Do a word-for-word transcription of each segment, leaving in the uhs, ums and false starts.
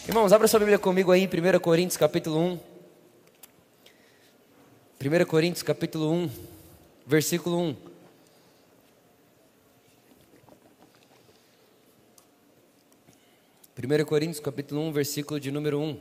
Irmãos, abra sua Bíblia comigo aí em primeira Coríntios capítulo um. primeira Coríntios capítulo um, versículo um. primeira Coríntios capítulo um, versículo de número um.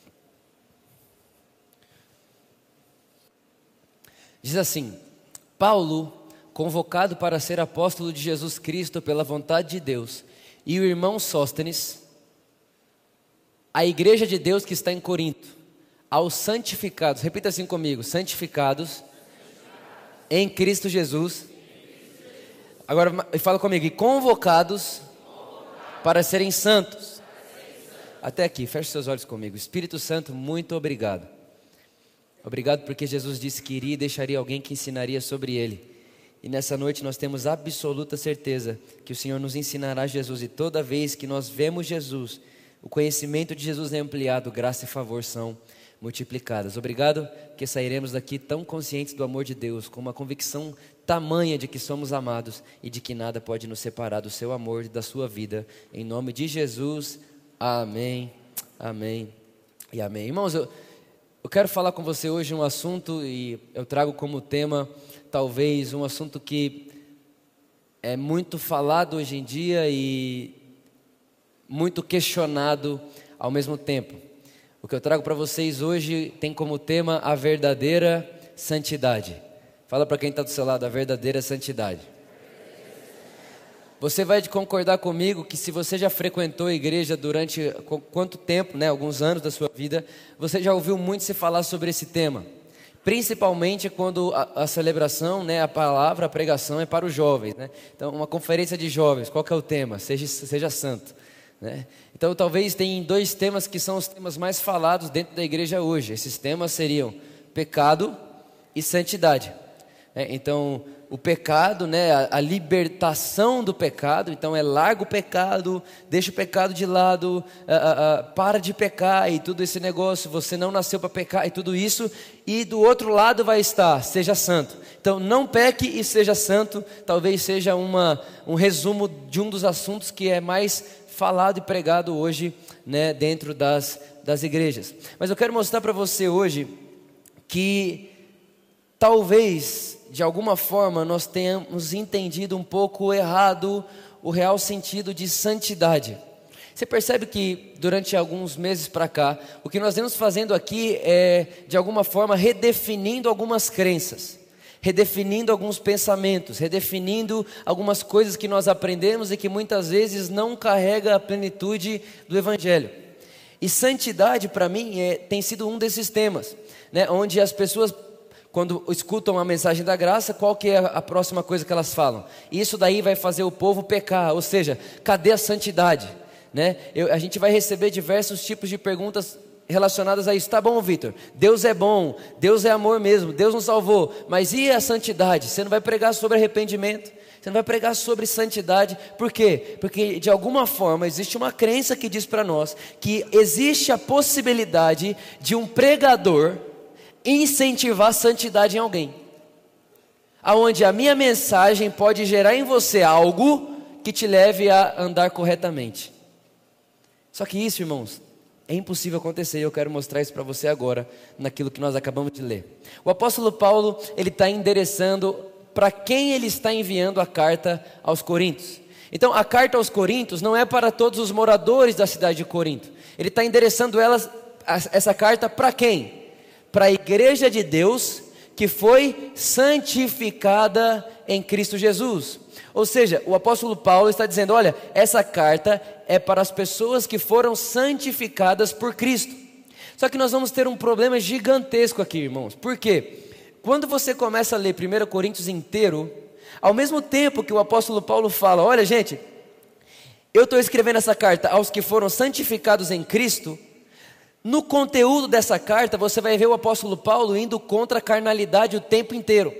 Diz assim: Paulo, convocado para ser apóstolo de Jesus Cristo pela vontade de Deus, e o irmão Sóstenes, a igreja de Deus que está em Corinto, aos santificados, repita assim comigo, santificados em Cristo Jesus. Agora fala comigo, e convocados para serem santos. Até aqui, feche seus olhos comigo. Espírito Santo, muito obrigado. Obrigado porque Jesus disse que iria e deixaria alguém que ensinaria sobre ele. E nessa noite nós temos absoluta certeza que o Senhor nos ensinará Jesus. E toda vez que nós vemos Jesus, o conhecimento de Jesus é ampliado, graça e favor são multiplicadas. Obrigado que sairemos daqui tão conscientes do amor de Deus, com uma convicção tamanha de que somos amados e de que nada pode nos separar do seu amor e da sua vida. Em nome de Jesus, amém, amém e amém. Irmãos, eu, eu quero falar com você hoje um assunto, e eu trago como tema, talvez, um assunto que é muito falado hoje em dia e muito questionado ao mesmo tempo. O que eu trago para vocês hoje tem como tema a verdadeira santidade. Fala para quem está do seu lado, a verdadeira santidade. Você vai concordar comigo que se você já frequentou a igreja durante quanto tempo, né, alguns anos da sua vida, você já ouviu muito se falar sobre esse tema. Principalmente quando a, a celebração, né, a palavra, a pregação é para os jovens, né? Então, uma conferência de jovens, qual que é o tema? Seja, seja santo. Né? Então talvez tem dois temas que são os temas mais falados dentro da igreja hoje. Esses temas seriam pecado e santidade. É, então o pecado, né, a, a libertação do pecado. Então é larga o pecado, deixa o pecado de lado, a, a, a, para de pecar e tudo esse negócio. Você não nasceu para pecar e tudo isso. E do outro lado vai estar, seja santo. Então não peque e seja santo. Talvez seja uma, um resumo de um dos assuntos que é mais falado e pregado hoje, né, dentro das, das igrejas. Mas eu quero mostrar para você hoje que talvez, de alguma forma, nós tenhamos entendido um pouco errado o real sentido de santidade. Você percebe que durante alguns meses para cá, o que nós estamos fazendo aqui é, de alguma forma, redefinindo algumas crenças, redefinindo alguns pensamentos, redefinindo algumas coisas que nós aprendemos e que muitas vezes não carrega a plenitude do Evangelho. E santidade, para mim, é, tem sido um desses temas, né, onde as pessoas, quando escutam a mensagem da graça, qual que é a próxima coisa que elas falam? Isso daí vai fazer o povo pecar, ou seja, cadê a santidade? Né? Eu, a gente vai receber diversos tipos de perguntas relacionadas a isso. Tá bom, Vitor, Deus é bom, Deus é amor mesmo, Deus nos salvou, mas e a santidade? Você não vai pregar sobre arrependimento, você não vai pregar sobre santidade. Por quê? Porque de alguma forma existe uma crença que diz para nós que existe a possibilidade de um pregador incentivar a santidade em alguém, aonde a minha mensagem pode gerar em você algo que te leve a andar corretamente. Só que isso, irmãos, é impossível acontecer, e eu quero mostrar isso para você agora, naquilo que nós acabamos de ler. O apóstolo Paulo, ele está endereçando para quem ele está enviando a carta aos Coríntios. Então, a carta aos Coríntios não é para todos os moradores da cidade de Corinto. Ele está endereçando elas, essa carta para quem? Para a igreja de Deus, que foi santificada em Cristo Jesus. Ou seja, o apóstolo Paulo está dizendo, olha, essa carta é para as pessoas que foram santificadas por Cristo. Só que nós vamos ter um problema gigantesco aqui, irmãos. Por quê? Quando você começa a ler primeira Coríntios inteiro, ao mesmo tempo que o apóstolo Paulo fala, olha gente, eu estou escrevendo essa carta aos que foram santificados em Cristo, no conteúdo dessa carta você vai ver o apóstolo Paulo indo contra a carnalidade o tempo inteiro.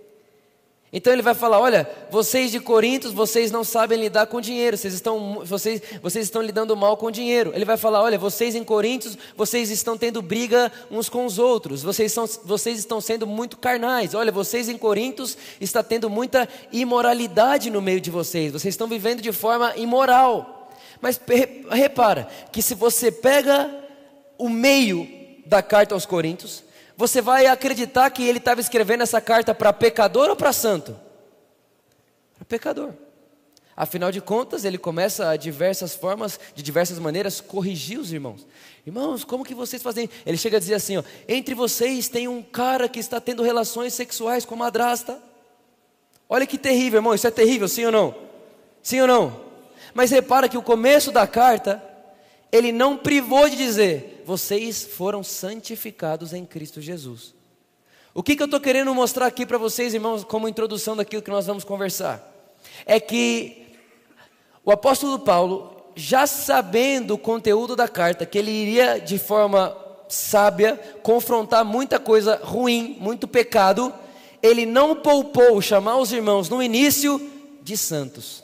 Então ele vai falar, olha, vocês de Corinto, vocês não sabem lidar com dinheiro, vocês estão, vocês, vocês estão lidando mal com dinheiro. Ele vai falar, olha, vocês em Corinto, vocês estão tendo briga uns com os outros, vocês, são, vocês estão sendo muito carnais. Olha, vocês em Corinto está tendo muita imoralidade no meio de vocês, vocês estão vivendo de forma imoral. Mas repara que se você pega o meio da carta aos Coríntios, você vai acreditar que ele estava escrevendo essa carta para pecador ou para santo? Para pecador. Afinal de contas, ele começa a diversas formas, de diversas maneiras, corrigir os irmãos. Irmãos, como que vocês fazem? Ele chega a dizer assim, ó, entre vocês tem um cara que está tendo relações sexuais com a madrasta. Olha que terrível, irmão, isso é terrível, sim ou não? Sim ou não? Mas repara que o começo da carta, ele não privou de dizer, vocês foram santificados em Cristo Jesus. O que, que eu estou querendo mostrar aqui para vocês, irmãos, como introdução daquilo que nós vamos conversar? É que o apóstolo Paulo, já sabendo o conteúdo da carta, que ele iria de forma sábia confrontar muita coisa ruim, muito pecado, ele não poupou chamar os irmãos no início de santos.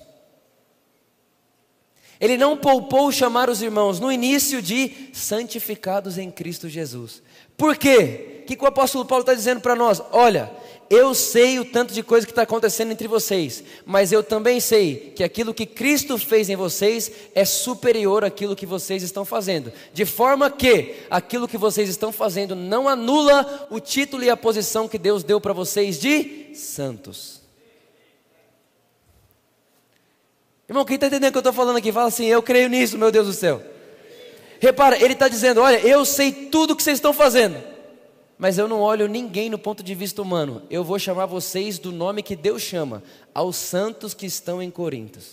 Ele não poupou chamar os irmãos no início de santificados em Cristo Jesus. Por quê? O que, que o apóstolo Paulo está dizendo para nós? Olha, eu sei o tanto de coisa que está acontecendo entre vocês, mas eu também sei que aquilo que Cristo fez em vocês é superior àquilo que vocês estão fazendo. De forma que aquilo que vocês estão fazendo não anula o título e a posição que Deus deu para vocês de santos. Irmão, quem está entendendo o que eu estou falando aqui? Fala assim, eu creio nisso, meu Deus do céu. Repara, ele está dizendo, olha, eu sei tudo o que vocês estão fazendo, mas eu não olho ninguém no ponto de vista humano. Eu vou chamar vocês do nome que Deus chama, aos santos que estão em Corintos.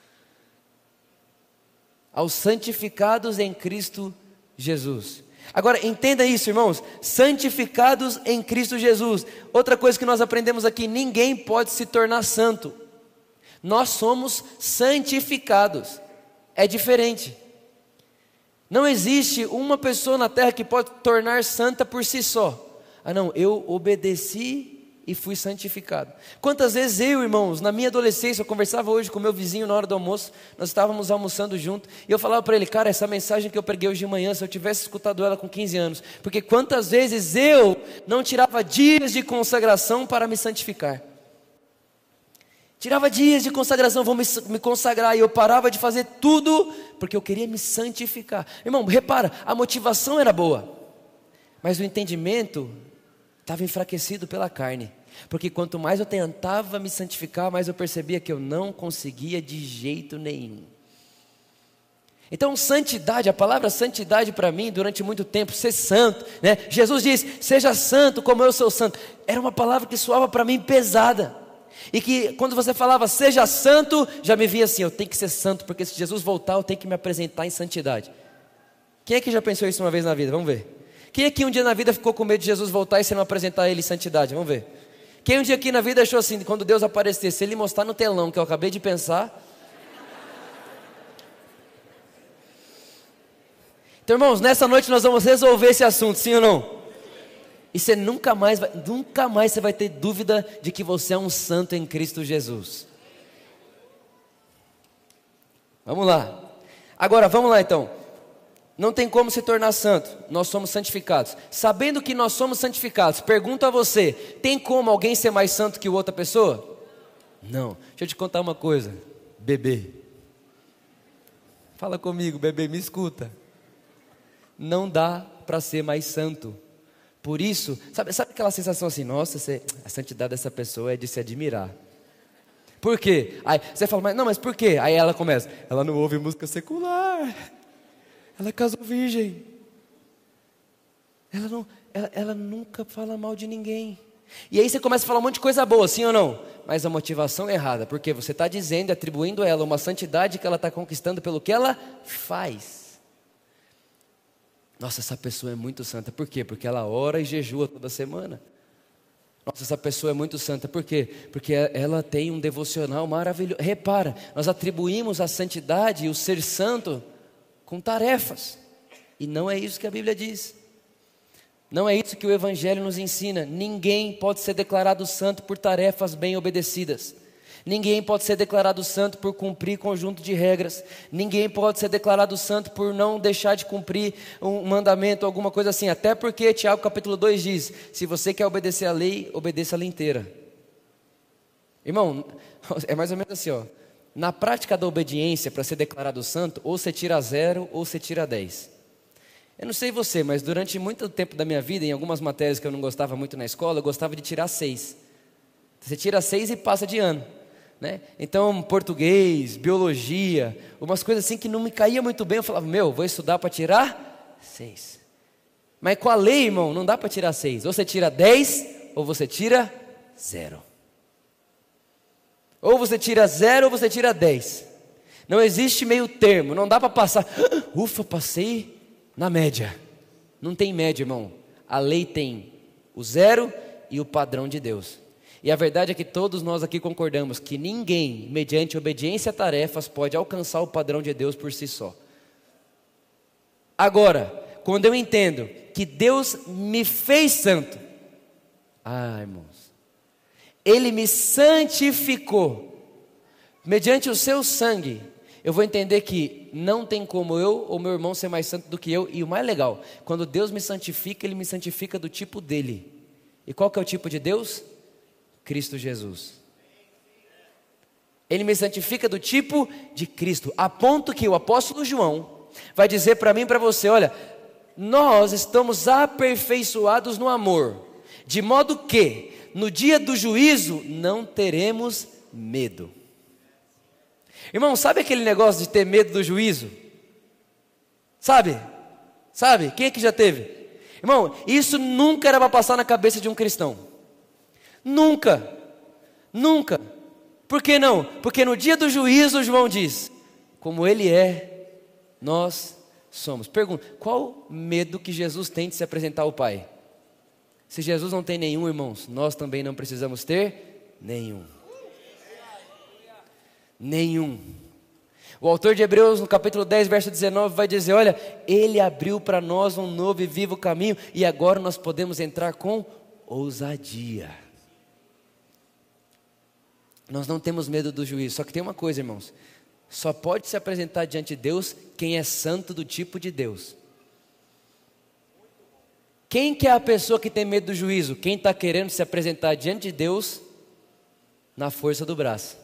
Aos santificados em Cristo Jesus. Agora, entenda isso, irmãos, santificados em Cristo Jesus. Outra coisa que nós aprendemos aqui, ninguém pode se tornar santo. Nós somos santificados, é diferente. Não existe uma pessoa na terra que pode tornar santa por si só. Ah não, eu obedeci e fui santificado. Quantas vezes eu, irmãos, na minha adolescência, eu conversava hoje com meu vizinho na hora do almoço, nós estávamos almoçando junto, e eu falava para ele, cara, essa mensagem que eu preguei hoje de manhã, se eu tivesse escutado ela com quinze anos, porque quantas vezes eu não tirava dias de consagração para me santificar. Tirava dias de consagração, vou me, me consagrar, e eu parava de fazer tudo, porque eu queria me santificar. Irmão, repara, a motivação era boa, mas o entendimento estava enfraquecido pela carne. Porque quanto mais eu tentava me santificar, mais eu percebia que eu não conseguia de jeito nenhum. Então santidade, a palavra santidade para mim, durante muito tempo, ser santo, né? Jesus diz, seja santo como eu sou santo. Era uma palavra que soava para mim pesada. E que quando você falava, seja santo, já me via assim, eu tenho que ser santo, porque se Jesus voltar, eu tenho que me apresentar em santidade. Quem é que já pensou isso uma vez na vida? Vamos ver. Quem é que um dia na vida ficou com medo de Jesus voltar e você não apresentar ele em santidade? Vamos ver. Quem um dia aqui na vida achou assim, quando Deus aparecer, se ele mostrar no telão que eu acabei de pensar... Então, irmãos, nessa noite nós vamos resolver esse assunto, sim ou não? E você nunca mais vai, nunca mais você vai ter dúvida de que você é um santo em Cristo Jesus. Vamos lá. Agora, vamos lá então. Não tem como se tornar santo, nós somos santificados. Sabendo que nós somos santificados, pergunto a você, tem como alguém ser mais santo que outra pessoa? Não. Deixa eu te contar uma coisa, bebê. Fala comigo, bebê, me escuta. Não dá para ser mais santo. Por isso, sabe, sabe aquela sensação assim, nossa, você, a santidade dessa pessoa é de se admirar. Por quê? Aí você fala, mas não, mas por quê? Aí ela começa, ela não ouve música secular, ela casou virgem, ela, não, ela, ela nunca fala mal de ninguém. E aí você começa a falar um monte de coisa boa, sim ou não? Mas a motivação é errada, porque você está dizendo, atribuindo a ela uma santidade que ela está conquistando pelo que ela faz. Nossa, essa pessoa é muito santa. Por quê? Porque ela ora e jejua toda semana. Nossa, essa pessoa é muito santa. Por quê? Porque ela tem um devocional maravilhoso. Repara, nós atribuímos a santidade e o ser santo com tarefas. E não é isso que a Bíblia diz. Não é isso que o Evangelho nos ensina. Ninguém pode ser declarado santo por tarefas bem obedecidas. Ninguém pode ser declarado santo por cumprir conjunto de regras. Ninguém pode ser declarado santo por não deixar de cumprir um mandamento, alguma coisa assim. Até porque Tiago capítulo dois diz, se você quer obedecer a lei, obedeça a lei inteira. Irmão, é mais ou menos assim, ó. na prática da obediência, para ser declarado santo, ou você tira zero ou você tira dez. Eu não sei você, mas durante muito tempo da minha vida, em algumas matérias que eu não gostava muito na escola, eu gostava de tirar seis. Você tira seis e passa de ano, né? Então, português, biologia, umas coisas assim que não me caía muito bem, eu falava, meu, vou estudar para tirar seis. Mas com a lei, irmão, não dá para tirar seis. Ou você tira dez, ou você tira zero. Ou você tira zero, ou você tira dez. Não existe meio termo, não dá para passar, ufa, passei na média. Não tem média, irmão. A lei tem o zero e o padrão de Deus. E a verdade é que todos nós aqui concordamos que ninguém, mediante obediência a tarefas, pode alcançar o padrão de Deus por si só. Agora, quando eu entendo que Deus me fez santo, ah, irmãos, Ele me santificou, mediante o seu sangue, eu vou entender que não tem como eu ou meu irmão ser mais santo do que eu. E o mais legal, quando Deus me santifica, Ele me santifica do tipo dele. E qual que é o tipo de Deus? Cristo Jesus. Ele me santifica do tipo de Cristo, a ponto que o apóstolo João vai dizer para mim e para você, olha, nós estamos aperfeiçoados no amor, de modo que no dia do juízo não teremos medo. Irmão, sabe aquele negócio de ter medo do juízo? Sabe? Sabe? Quem é que já teve? Irmão, isso nunca era para passar na cabeça de um cristão. Nunca. Nunca. Por que não? Porque no dia do juízo, João diz, como Ele é, nós somos. Pergunta, qual medo que Jesus tem de se apresentar ao Pai? Se Jesus não tem nenhum, irmãos, nós também não precisamos ter nenhum. Nenhum. O autor de Hebreus, no capítulo dez, verso dezenove, vai dizer, olha, Ele abriu para nós um novo e vivo caminho, e agora nós podemos entrar com ousadia. Nós não temos medo do juízo, só que tem uma coisa, irmãos, só pode se apresentar diante de Deus quem é santo do tipo de Deus. Quem que é a pessoa que tem medo do juízo? Quem está querendo se apresentar diante de Deus na força do braço.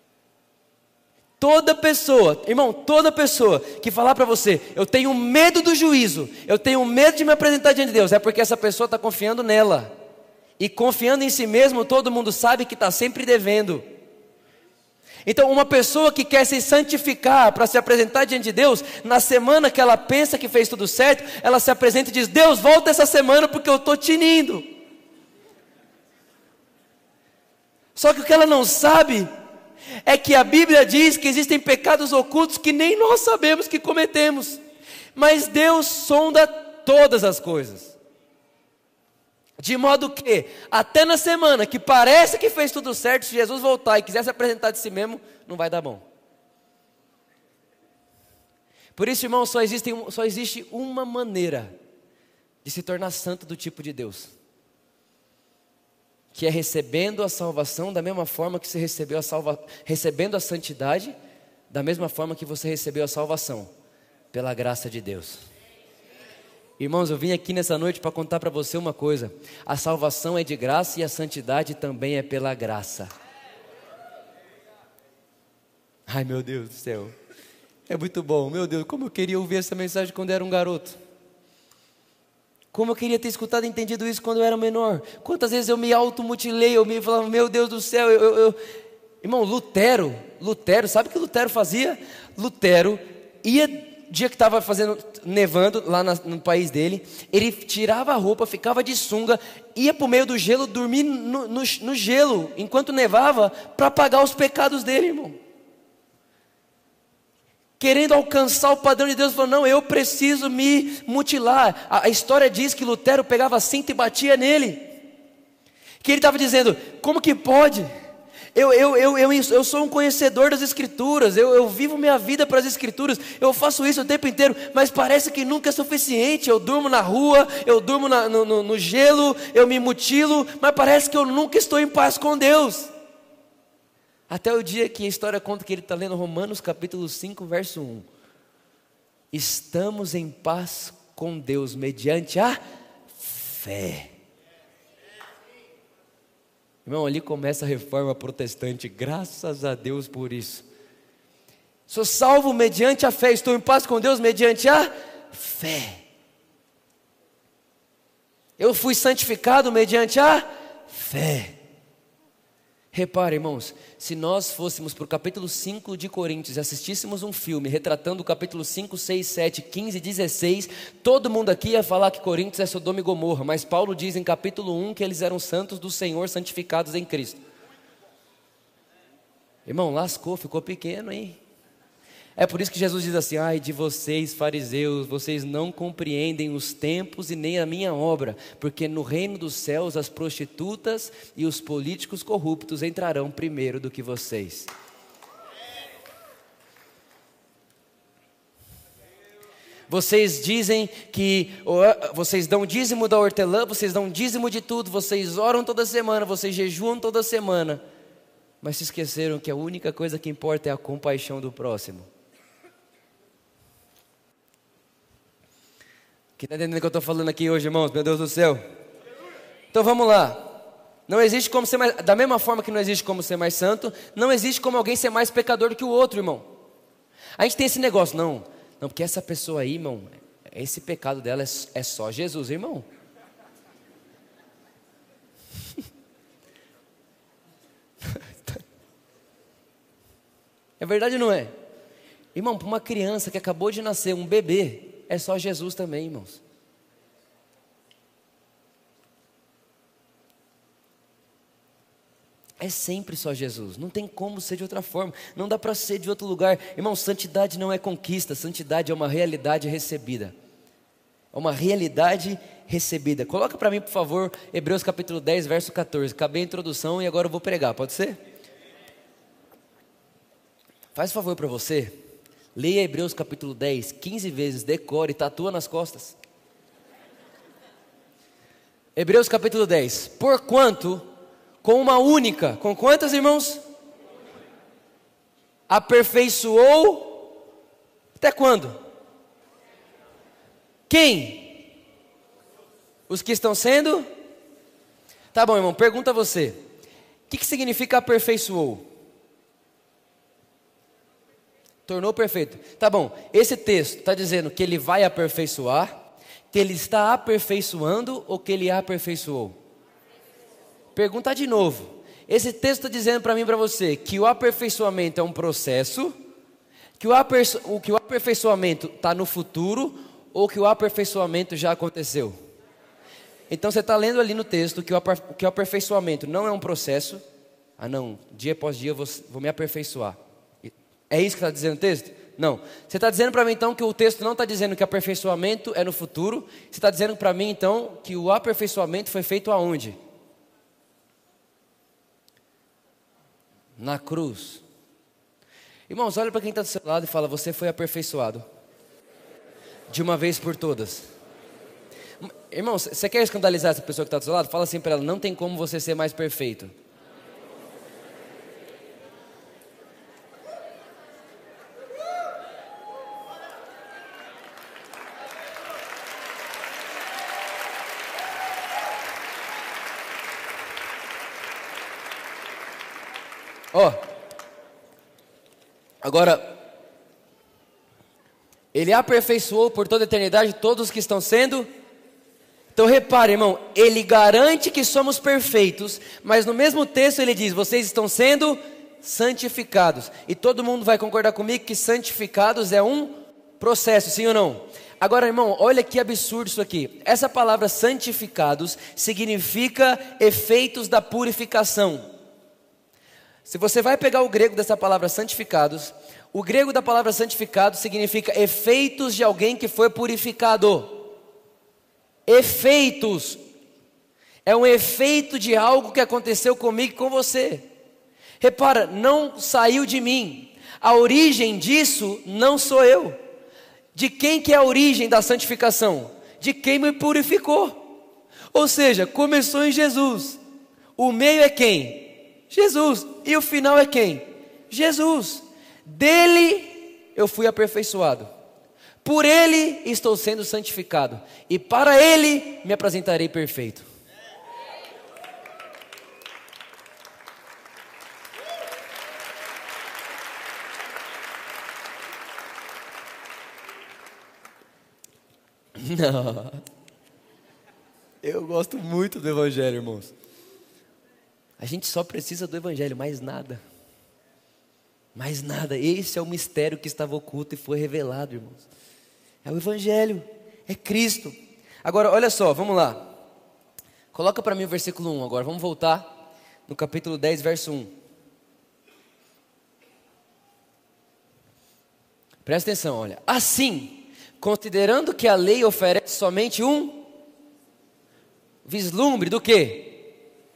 Toda pessoa, irmão, toda pessoa que falar para você, eu tenho medo do juízo, eu tenho medo de me apresentar diante de Deus, é porque essa pessoa está confiando nela. E confiando em si mesmo, todo mundo sabe que está sempre devendo. Então, uma pessoa que quer se santificar para se apresentar diante de Deus, na semana que ela pensa que fez tudo certo, ela se apresenta e diz, Deus, volta essa semana porque eu estou tinindo. Só que o que ela não sabe é que a Bíblia diz que existem pecados ocultos que nem nós sabemos que cometemos, mas Deus sonda todas as coisas, de modo que até na semana que parece que fez tudo certo, se Jesus voltar e quiser se apresentar de si mesmo, não vai dar bom. Por isso, irmão, só existe, só existe uma maneira de se tornar santo do tipo de Deus, que é recebendo a salvação da mesma forma que você recebeu a salva... recebendo a santidade, da mesma forma que você recebeu a salvação, pela graça de Deus. Irmãos, eu vim aqui nessa noite para contar para você uma coisa, a salvação é de graça e a santidade também é pela graça. Ai, meu Deus do céu, é muito bom, meu Deus, como eu queria ouvir essa mensagem quando eu era um garoto. Como eu queria ter escutado e entendido isso quando eu era menor. Quantas vezes eu me automutilei, eu me falava, meu Deus do céu, eu, eu, eu... Irmão, Lutero, Lutero, sabe o que Lutero fazia? Lutero ia, dia que estava fazendo, nevando lá na, no país dele, ele tirava a roupa, ficava de sunga, ia para o meio do gelo, dormir no, no, no gelo, enquanto nevava, para pagar os pecados dele, irmão. Querendo alcançar o padrão de Deus, falou, não, eu preciso me mutilar. A, a história diz que Lutero pegava cinto e batia nele. Que ele estava dizendo, como que pode? Eu, eu, eu, eu, eu sou um conhecedor das Escrituras, eu, eu vivo minha vida para as Escrituras, eu faço isso o tempo inteiro, mas parece que nunca é suficiente. Eu durmo na rua, eu durmo na, no, no, no gelo, eu me mutilo, mas parece que eu nunca estou em paz com Deus. Até o dia que a história conta que ele está lendo Romanos capítulo cinco, verso um. Estamos em paz com Deus mediante a fé. Irmão, ali começa a reforma protestante, graças a Deus por isso. Sou salvo mediante a fé, estou em paz com Deus mediante a fé. Eu fui santificado mediante a fé. Repare, irmãos, se nós fôssemos para o capítulo cinco de Coríntios e assistíssemos um filme retratando o capítulo cinco, seis, sete, quinze, dezesseis, todo mundo aqui ia falar que Coríntios é Sodoma e Gomorra, mas Paulo diz em capítulo um que eles eram santos do Senhor, santificados em Cristo. Irmão, lascou, ficou pequeno, hein? É por isso que Jesus diz assim: ai de vocês, fariseus, vocês não compreendem os tempos e nem a minha obra, porque no reino dos céus as prostitutas e os políticos corruptos entrarão primeiro do que vocês. Vocês dizem que vocês dão dízimo da hortelã, vocês dão dízimo de tudo, vocês oram toda semana, vocês jejuam toda semana, mas se esqueceram que a única coisa que importa é a compaixão do próximo. Quem está entendendo o que eu estou falando aqui hoje, irmãos? Meu Deus do céu. Então vamos lá. Não existe como ser mais, da mesma forma que não existe como ser mais santo, não existe como alguém ser mais pecador do que o outro, irmão. A gente tem esse negócio, não, não, porque essa pessoa aí, irmão, esse pecado dela é, é só Jesus, irmão. É verdade ou não é? Irmão, para uma criança que acabou de nascer, um bebê, é só Jesus também, irmãos. É sempre só Jesus, não tem como ser de outra forma, não dá para ser de outro lugar. Irmão, santidade não é conquista, santidade é uma realidade recebida. É uma realidade recebida. Coloca para mim, por favor, Hebreus capítulo dez, verso quatorze. Acabei a introdução e agora eu vou pregar, pode ser? Faz favor para você, leia Hebreus capítulo dez, quinze vezes, decore, tatua nas costas. Hebreus capítulo dez. Porquanto, com uma única, com quantas, irmãos? Aperfeiçoou, até quando? Quem? Os que estão sendo? Tá bom, irmão, pergunta a você. O que, que significa aperfeiçoou? Tornou perfeito. Tá bom, esse texto está dizendo que ele vai aperfeiçoar, que ele está aperfeiçoando ou que ele aperfeiçoou? Pergunta de novo. Esse texto está dizendo para mim e para você que o aperfeiçoamento é um processo, que o, aperfeiço, que o aperfeiçoamento está no futuro ou que o aperfeiçoamento já aconteceu? Então você está lendo ali no texto que o, que o aperfeiçoamento não é um processo. Ah não, dia após dia eu vou, vou me aperfeiçoar. É isso que está dizendo o texto? Não. Você está dizendo para mim então que o texto não está dizendo que aperfeiçoamento é no futuro. Você está dizendo para mim então que o aperfeiçoamento foi feito aonde? Na cruz. Irmãos, olha para quem está do seu lado e fala: você foi aperfeiçoado. De uma vez por todas. Irmãos, você quer escandalizar essa pessoa que está do seu lado? Fala assim para ela: não tem como você ser mais perfeito. Ó, oh, agora, ele aperfeiçoou por toda a eternidade todos os que estão sendo. Então repare, irmão, ele garante que somos perfeitos, mas no mesmo texto ele diz: vocês estão sendo santificados. E todo mundo vai concordar comigo que santificados é um processo, sim ou não? Agora, irmão, olha que absurdo isso aqui. Essa palavra santificados significa efeitos da purificação. Se você vai pegar o grego dessa palavra santificados, o grego da palavra santificado significa efeitos de alguém que foi purificado. Efeitos. É um efeito de algo que aconteceu comigo e com você. Repara, não saiu de mim. A origem disso não sou eu. De quem que é a origem da santificação? De quem me purificou. Ou seja, começou em Jesus. O meio é quem? Jesus. E o final é quem? Jesus. Dele eu fui aperfeiçoado. Por ele estou sendo santificado. E para ele me apresentarei perfeito. Não. Eu gosto muito do Evangelho, irmãos. A gente só precisa do Evangelho, mais nada. Mais nada. Esse é o mistério que estava oculto e foi revelado, irmãos. É o Evangelho, é Cristo. Agora, olha só, vamos lá. Coloca para mim o versículo um agora. Vamos voltar no capítulo dez, verso um. Presta atenção, olha. Assim, considerando que a lei oferece somente um vislumbre do quê?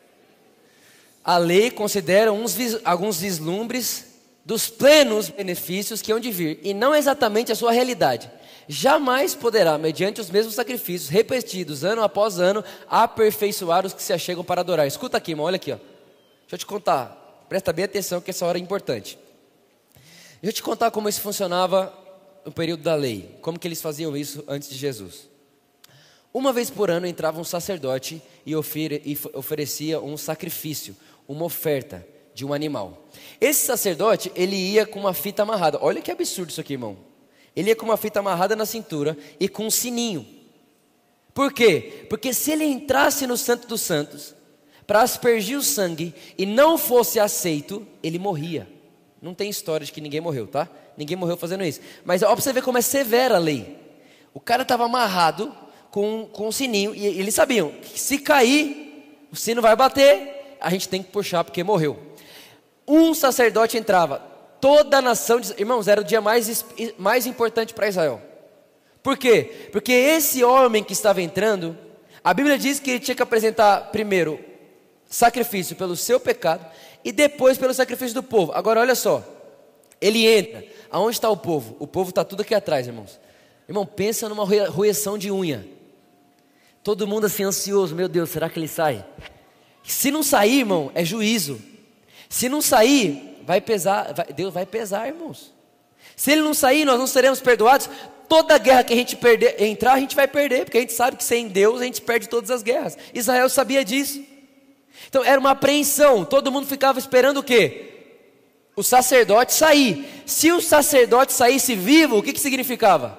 A lei considera uns, alguns vislumbres dos plenos benefícios que hão de vir, e não exatamente a sua realidade. Jamais poderá, mediante os mesmos sacrifícios, repetidos ano após ano, aperfeiçoar os que se achegam para adorar. Escuta aqui, irmão, olha aqui, ó. Deixa eu te contar, presta bem atenção que essa hora é importante. Deixa eu te contar como isso funcionava no período da lei, como que eles faziam isso antes de Jesus. Uma vez por ano entrava um sacerdote e, ofere, e oferecia um sacrifício, uma oferta de um animal. Esse sacerdote, ele ia com uma fita amarrada. Olha que absurdo isso aqui, irmão. Ele ia com uma fita amarrada na cintura e com um sininho. Por quê? Porque se ele entrasse no Santo dos Santos para aspergir o sangue e não fosse aceito, ele morria. Não tem história de que ninguém morreu, tá? Ninguém morreu fazendo isso. Mas ó, para você ver como é severa a lei. O cara estava amarrado com, com um sininho e eles sabiam que se cair, o sino vai bater, a gente tem que puxar porque morreu. Um sacerdote entrava. Toda a nação, de, irmãos, era o dia mais, mais importante para Israel. Por quê? Porque esse homem que estava entrando, a Bíblia diz que ele tinha que apresentar primeiro sacrifício pelo seu pecado e depois pelo sacrifício do povo. Agora olha só, ele entra, aonde está o povo? O povo está tudo aqui atrás, irmãos. Irmão, pensa numa roeção de unha. Todo mundo assim ansioso, meu Deus, será que ele sai? Se não sair, irmão, é juízo. Se não sair, vai pesar, vai, Deus vai pesar, irmãos. Se ele não sair, nós não seremos perdoados. Toda guerra que a gente perder, entrar, a gente vai perder, porque a gente sabe que sem Deus a gente perde todas as guerras. Israel sabia disso. Então era uma apreensão, todo mundo ficava esperando o quê? O sacerdote sair. Se o sacerdote saísse vivo, o que que significava?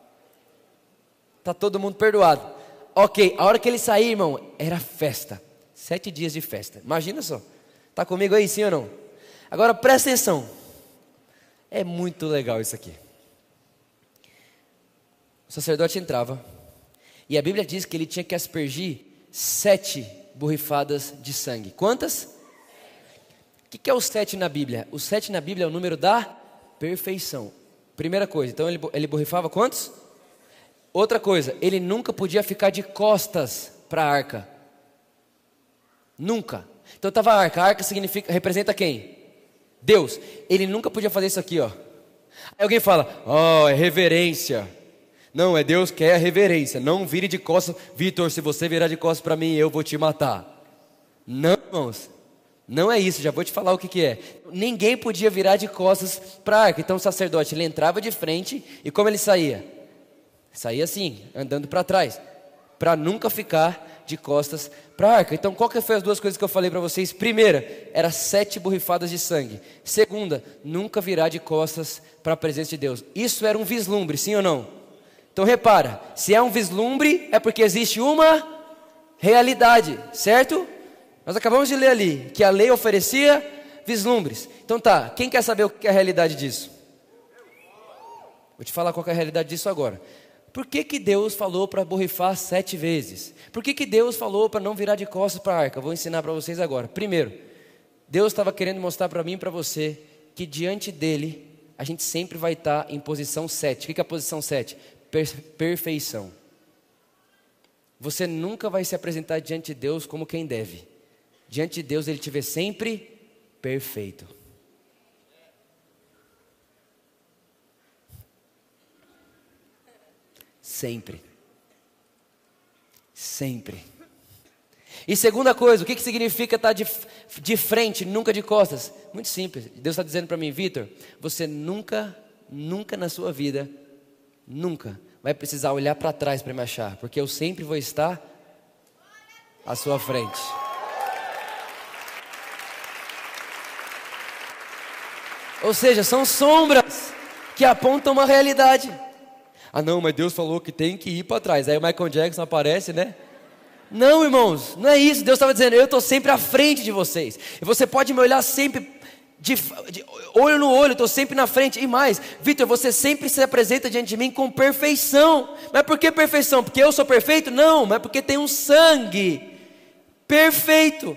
Está todo mundo perdoado. Ok, a hora que ele sair, irmão, era festa. Sete dias de festa, imagina só. Está comigo aí, sim ou não? Agora presta atenção, é muito legal isso aqui. O sacerdote entrava, e a Bíblia diz que ele tinha que aspergir sete borrifadas de sangue. Quantas? O que, que é o sete na Bíblia? O sete na Bíblia é o número da perfeição. Primeira coisa, então ele, ele borrifava quantos? Outra coisa, ele nunca podia ficar de costas para a arca. Nunca. Então estava a arca, a arca significa, representa quem? Deus. Ele nunca podia fazer isso aqui, ó. Aí alguém fala, oh, é reverência. Não, é Deus que é a reverência. Não vire de costas. Vitor, se você virar de costas para mim, eu vou te matar. Não, irmãos. Não é isso, já vou te falar o que que é. Ninguém podia virar de costas para a arca. Então o sacerdote, ele entrava de frente e como ele saía? Saía assim, andando para trás. Para nunca ficar de costas para a arca. Então qual que foi as duas coisas que eu falei para vocês? Primeira, era sete borrifadas de sangue. Segunda, nunca virar de costas para a presença de Deus. Isso era um vislumbre, sim ou não? Então repara, se é um vislumbre, é porque existe uma realidade, certo? Nós acabamos de ler ali, que a lei oferecia vislumbres. Então tá, quem quer saber o que é a realidade disso? Vou te falar qual é a realidade disso agora. Por que que Deus falou para borrifar sete vezes? Por que que Deus falou para não virar de costas para a arca? Vou ensinar para vocês agora. Primeiro, Deus estava querendo mostrar para mim e para você que diante dele, a gente sempre vai estar em posição sete. O que é a posição sete? Perfeição. Você nunca vai se apresentar diante de Deus como quem deve. Diante de Deus ele te vê sempre perfeito. Sempre. Sempre. E segunda coisa, o que, que significa estar de, de frente, nunca de costas? Muito simples. Deus está dizendo para mim, Vitor, você nunca, nunca na sua vida, nunca vai precisar olhar para trás para me achar, porque eu sempre vou estar à sua frente. Ou seja, são sombras que apontam uma realidade. Ah não, mas Deus falou que tem que ir para trás. Aí o Michael Jackson aparece, né? Não, irmãos, não é isso. Deus estava dizendo, eu estou sempre à frente de vocês. E você pode me olhar sempre de, de olho no olho, estou sempre na frente. E mais, Vitor, você sempre se apresenta diante de mim com perfeição. Mas por que perfeição? Porque eu sou perfeito? Não, mas porque tem um sangue perfeito.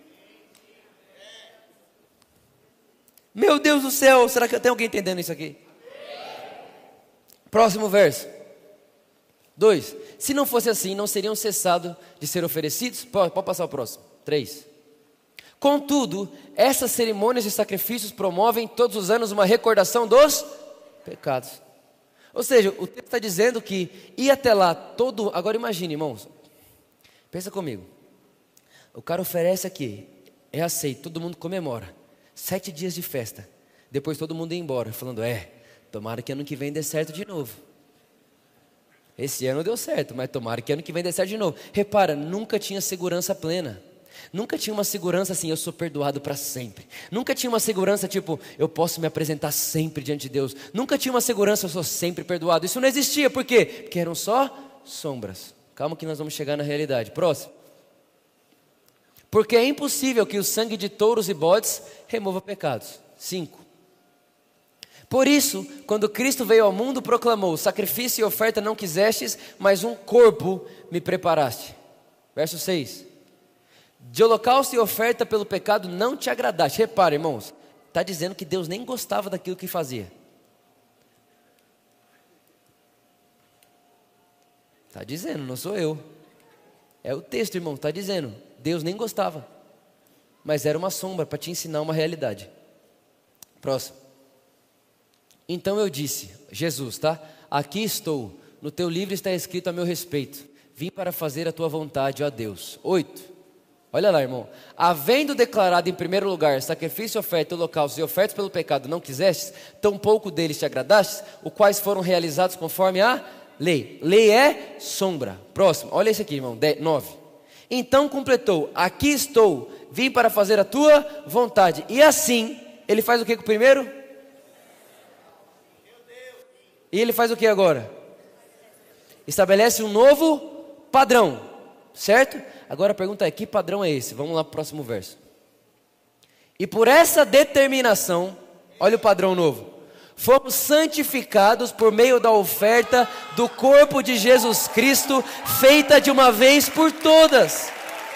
Meu Deus do céu, será que tem alguém entendendo isso aqui? Próximo verso. Dois. Se não fosse assim, não seriam cessados de ser oferecidos? Pode, pode passar o próximo. Três. Contudo, essas cerimônias de sacrifícios promovem todos os anos uma recordação dos pecados. Ou seja, o texto está dizendo que ir até lá todo... Agora imagine, irmãos. Pensa comigo. O cara oferece aqui, é aceito, todo mundo comemora. Sete dias de festa. Depois todo mundo ia embora, falando, é, tomara que ano que vem dê certo de novo. Esse ano deu certo, mas tomara que ano que vem dê certo de novo. Repara, nunca tinha segurança plena. Nunca tinha uma segurança assim, eu sou perdoado para sempre. Nunca tinha uma segurança tipo, eu posso me apresentar sempre diante de Deus. Nunca tinha uma segurança, eu sou sempre perdoado. Isso não existia, por quê? Porque eram só sombras. Calma que nós vamos chegar na realidade. Próximo. Porque é impossível que o sangue de touros e bodes remova pecados. Cinco. Por isso, quando Cristo veio ao mundo, proclamou, sacrifício e oferta não quisestes, mas um corpo me preparaste. Verso seis. De holocausto e oferta pelo pecado não te agradaste. Repare, irmãos, está dizendo que Deus nem gostava daquilo que fazia. Está dizendo, não sou eu. É o texto, irmão, está dizendo. Deus nem gostava. Mas era uma sombra para te ensinar uma realidade. Próximo. Então eu disse, Jesus, tá? Aqui estou, no teu livro está escrito a meu respeito. Vim para fazer a tua vontade, ó Deus. Oito. Olha lá, irmão. Havendo declarado em primeiro lugar sacrifício, oferta, holocausto e ofertas pelo pecado não quisestes, tampouco deles te agradastes, os quais foram realizados conforme a lei. Lei é sombra. Próximo. Olha esse aqui, irmão. Dez, nove. Então completou, aqui estou, vim para fazer a tua vontade. E assim, ele faz o que com o primeiro? E ele faz o que agora? Estabelece um novo padrão, certo? Agora a pergunta é, que padrão é esse? Vamos lá para o próximo verso. E por essa determinação, olha o padrão novo, fomos santificados por meio da oferta do corpo de Jesus Cristo, feita de uma vez por todas.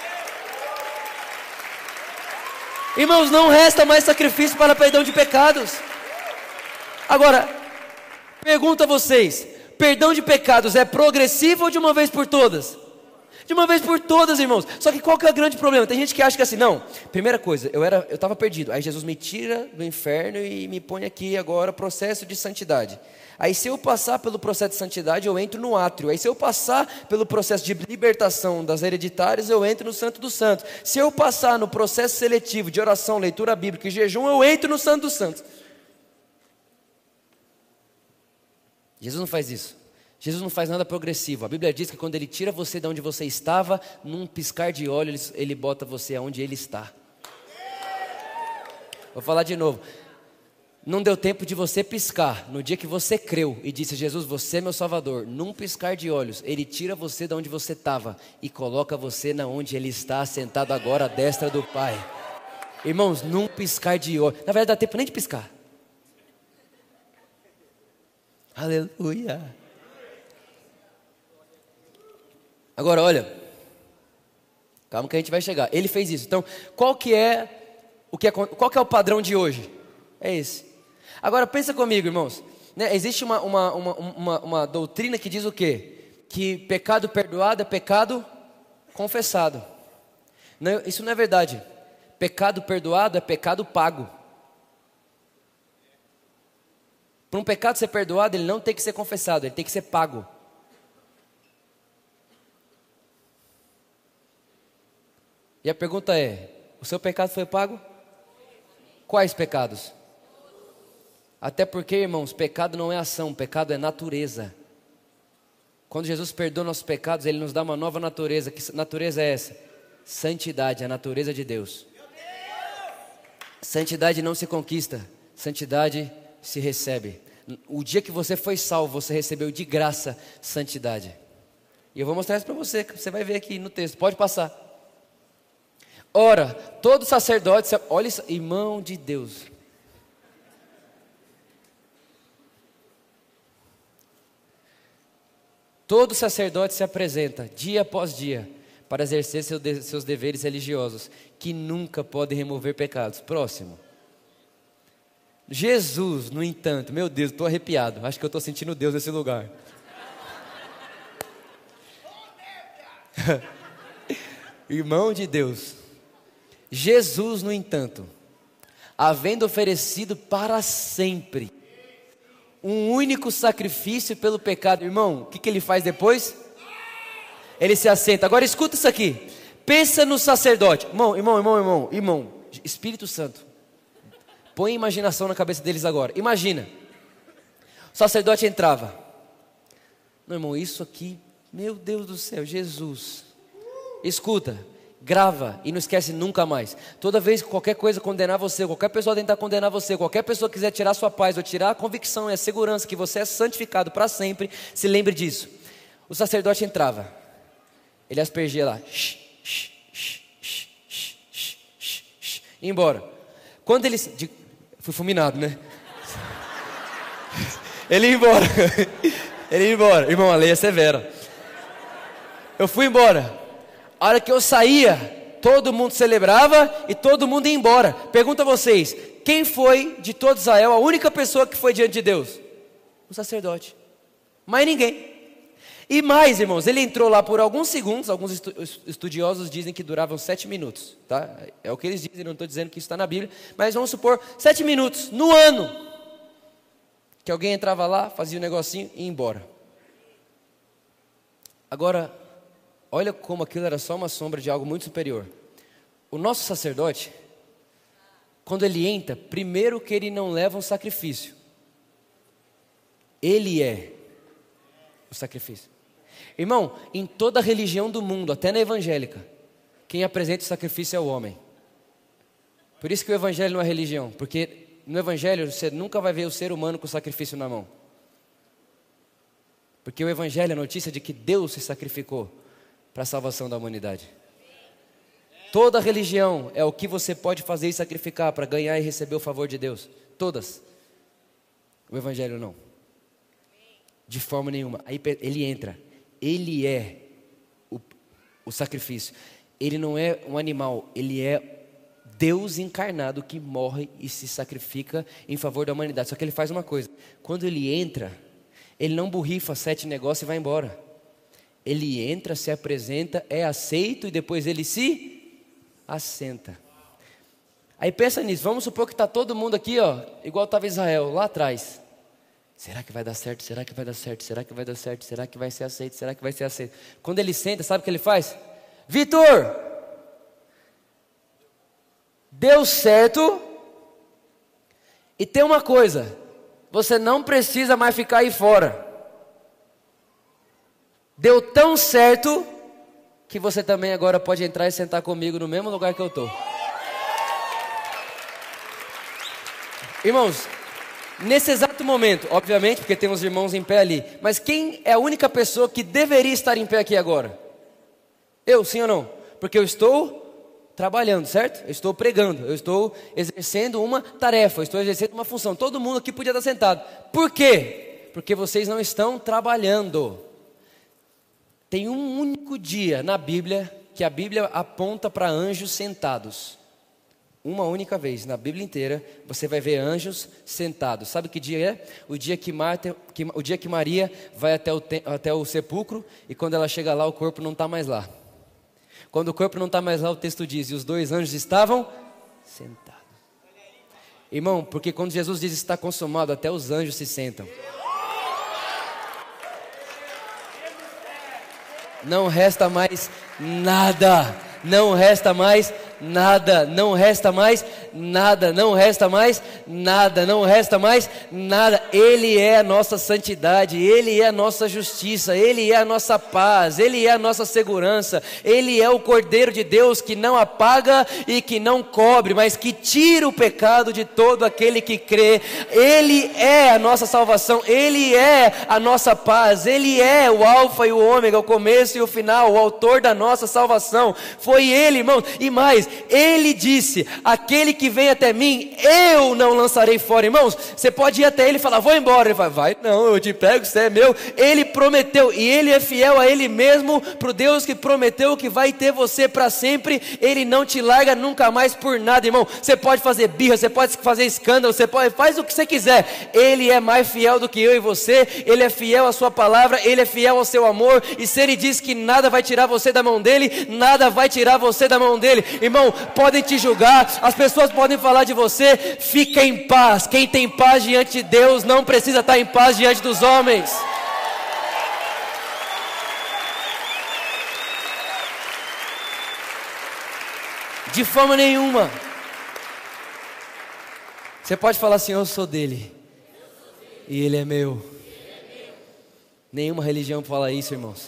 Irmãos, não resta mais sacrifício para perdão de pecados. Agora, pergunto a vocês, perdão de pecados é progressivo ou de uma vez por todas? De uma vez por todas, irmãos. Só que qual que é o grande problema? Tem gente que acha que assim, não, primeira coisa, eu era, eu estava perdido. Aí Jesus me tira do inferno e me põe aqui agora processo de santidade. Aí se eu passar pelo processo de santidade, eu entro no átrio. Aí se eu passar pelo processo de libertação das hereditárias, eu entro no Santo dos Santos. Se eu passar no processo seletivo de oração, leitura bíblica e jejum, eu entro no Santo dos Santos. Jesus não faz isso. Jesus não faz nada progressivo. A Bíblia diz que quando Ele tira você de onde você estava, num piscar de olhos, Ele bota você aonde Ele está. Vou falar de novo. Não deu tempo de você piscar. No dia que você creu e disse, Jesus, você é meu Salvador, num piscar de olhos, Ele tira você de onde você estava e coloca você na onde Ele está, sentado agora à destra do Pai. Irmãos, num piscar de olhos. Na verdade, não dá tempo nem de piscar. Aleluia. Agora, olha, calma que a gente vai chegar. Ele fez isso. Então, qual que é o que é, qual que é o padrão de hoje? É esse. Agora, pensa comigo, irmãos. Né? Existe uma, uma, uma, uma, uma doutrina que diz o quê? Que pecado perdoado é pecado confessado. Não, isso não é verdade. Pecado perdoado é pecado pago. Para um pecado ser perdoado, ele não tem que ser confessado, ele tem que ser pago. E a pergunta é, o seu pecado foi pago? Quais pecados? Até porque, irmãos, pecado não é ação, pecado é natureza. Quando Jesus perdoa nossos pecados, Ele nos dá uma nova natureza. Que natureza é essa? Santidade, a natureza de Deus. Santidade não se conquista, santidade se recebe. O dia que você foi salvo, você recebeu de graça santidade. E eu vou mostrar isso para você, que você vai ver aqui no texto. Pode passar. Ora, todo sacerdote, olha isso, irmão de Deus. Todo sacerdote se apresenta, dia após dia, para exercer seu de, seus deveres religiosos, que nunca podem remover pecados. Próximo. Jesus, no entanto, meu Deus, estou arrepiado, acho que eu estou sentindo Deus nesse lugar. Irmão de Deus, Jesus, no entanto, havendo oferecido para sempre um único sacrifício pelo pecado, irmão, o que, que ele faz depois? Ele se assenta. Agora escuta isso aqui, pensa no sacerdote, irmão, irmão, irmão, irmão, irmão, Espírito Santo, põe imaginação na cabeça deles agora. Imagina, o sacerdote entrava, não, irmão, isso aqui, meu Deus do céu, Jesus, escuta, grava e não esquece nunca mais. Toda vez que qualquer coisa condenar você, qualquer pessoa tentar condenar você, qualquer pessoa quiser tirar sua paz ou tirar a convicção e a segurança que você é santificado para sempre, se lembre disso. O sacerdote entrava, ele aspergia lá, shh, shh, shh, shh, shh, shh, shh, ia embora. Quando ele, de, fui fulminado, né? Ele ia embora, ele ia embora, irmão, a lei é severa. Eu fui embora. A hora que eu saía, todo mundo celebrava e todo mundo ia embora. Pergunto a vocês, quem foi de todo Israel a única pessoa que foi diante de Deus? O sacerdote. Mais ninguém. E mais, irmãos, ele entrou lá por alguns segundos. Alguns estu estudiosos dizem que duravam sete minutos, tá? É o que eles dizem, não estou dizendo que isso está na Bíblia. Mas vamos supor, sete minutos no ano, que alguém entrava lá, fazia um negocinho e ia embora. Agora, olha como aquilo era só uma sombra de algo muito superior. O nosso sacerdote, quando ele entra, primeiro que ele não leva um sacrifício. Ele é o sacrifício. Irmão, em toda a religião do mundo, até na evangélica, quem apresenta o sacrifício é o homem. Por isso que o evangelho não é religião, porque no evangelho você nunca vai ver o ser humano com o sacrifício na mão. Porque o evangelho é a notícia de que Deus se sacrificou para a salvação da humanidade. Toda religião é o que você pode fazer e sacrificar para ganhar e receber o favor de Deus. Todas. O evangelho não. De forma nenhuma. Aí ele entra. Ele é o, o sacrifício. Ele não é um animal. Ele é Deus encarnado que morre e se sacrifica em favor da humanidade. Só que ele faz uma coisa. Quando ele entra, ele não borrifa sete negócios e vai embora. Ele entra, se apresenta, é aceito e depois ele se assenta. Aí pensa nisso, vamos supor que está todo mundo aqui, ó, igual estava Israel, lá atrás. Será que vai dar certo? Será que vai dar certo? Será que vai dar certo? Será que vai ser aceito? Será que vai ser aceito? Quando ele senta, sabe o que ele faz? Vitor, deu certo. E tem uma coisa, você não precisa mais ficar aí fora. Deu tão certo que você também agora pode entrar e sentar comigo no mesmo lugar que eu estou. Irmãos, nesse exato momento, obviamente, porque tem uns irmãos em pé ali, mas quem é a única pessoa que deveria estar em pé aqui agora? Eu, sim ou não? Porque eu estou trabalhando, certo? Eu estou pregando, eu estou exercendo uma tarefa, eu estou exercendo uma função. Todo mundo aqui podia estar sentado. Por quê? Porque vocês não estão trabalhando. Tem um único dia na Bíblia que a Bíblia aponta para anjos sentados. Uma única vez na Bíblia inteira você vai ver anjos sentados. Sabe que dia é? O dia que, Marta, que, o dia que Maria vai até o, te, até o sepulcro e quando ela chega lá o corpo não está mais lá. Quando o corpo não está mais lá, o texto diz, e os dois anjos estavam sentados. Irmão, porque quando Jesus diz está consumado, até os anjos se sentam. Não resta mais nada, não resta mais nada, não resta mais nada, não resta mais nada, não resta mais nada. Ele é a nossa santidade, Ele é a nossa justiça, Ele é a nossa paz, Ele é a nossa segurança, Ele é o Cordeiro de Deus que não apaga e que não cobre, mas que tira o pecado de todo aquele que crê. Ele é a nossa salvação, Ele é a nossa paz, Ele é o alfa e o ômega, o começo e o final, o autor da nossa salvação. Foi Ele, irmão, e mais, Ele disse: aquele que vem até mim, eu não lançarei fora. Irmãos, você pode ir até Ele e falar: vou embora. Ele fala: vai não, eu te pego, você é meu. Ele prometeu, e Ele é fiel a Ele mesmo, para o Deus que prometeu que vai ter você para sempre. Ele não te larga nunca mais por nada, irmão. Você pode fazer birra, você pode fazer escândalo, você pode, faz o que você quiser. Ele é mais fiel do que eu e você. Ele é fiel à sua palavra, Ele é fiel ao seu amor, e se Ele diz que nada vai tirar você da mão dEle, nada vai tirar você da mão dEle. Irmão, podem te julgar, as pessoas podem falar de você, fica em paz. Quem tem paz diante de Deus não precisa estar em paz diante dos homens. De forma nenhuma. Você pode falar assim: eu sou dele e ele é meu. Nenhuma religião fala isso, irmãos.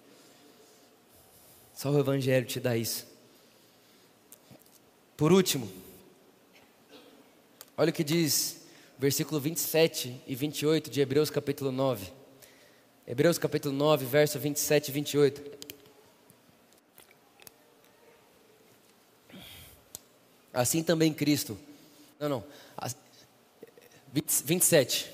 Só o Evangelho te dá isso. Por último, olha o que diz versículo vinte e sete e vinte e oito de Hebreus capítulo nove. Hebreus capítulo nove, verso vinte e sete e vinte e oito. Assim também Cristo. Não, não. vinte e sete.